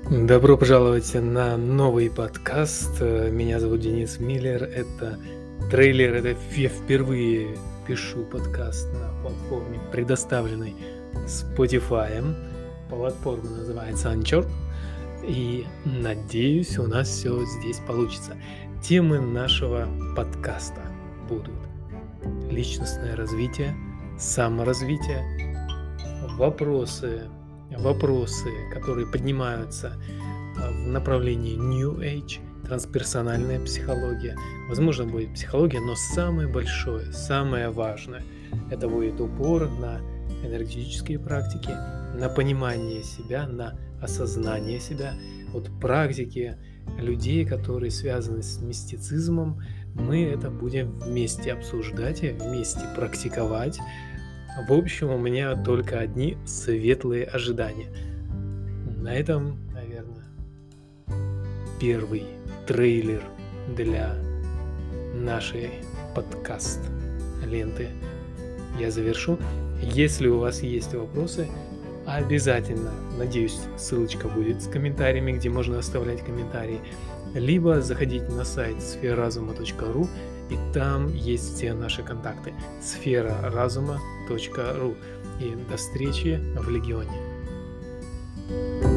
Добро пожаловать на новый подкаст. Меня зовут Денис Миллер. Это трейлер. Я впервые пишу подкаст на платформе, предоставленной Spotify. Платформа называется Anchor. И надеюсь, у нас все здесь получится. Темы нашего подкаста будут личностное развитие, саморазвитие, вопросы, которые поднимаются в направлении New Age, трансперсональная психология. Возможно, будет психология, но самое большое, самое важное, это будет упор на энергетические практики, на понимание себя, на осознание себя. Вот практики людей, которые связаны с мистицизмом, мы это будем вместе обсуждать, вместе практиковать. В общем, у меня только одни светлые ожидания. На этом, наверное, первый трейлер для нашей подкаст-ленты я завершу. Если у вас есть вопросы, обязательно, надеюсь, ссылочка будет с комментариями, где можно оставлять комментарии, либо заходите на сайт sferarazuma.ru, и там есть все наши контакты. sferarazuma.ru. И до встречи в Легионе.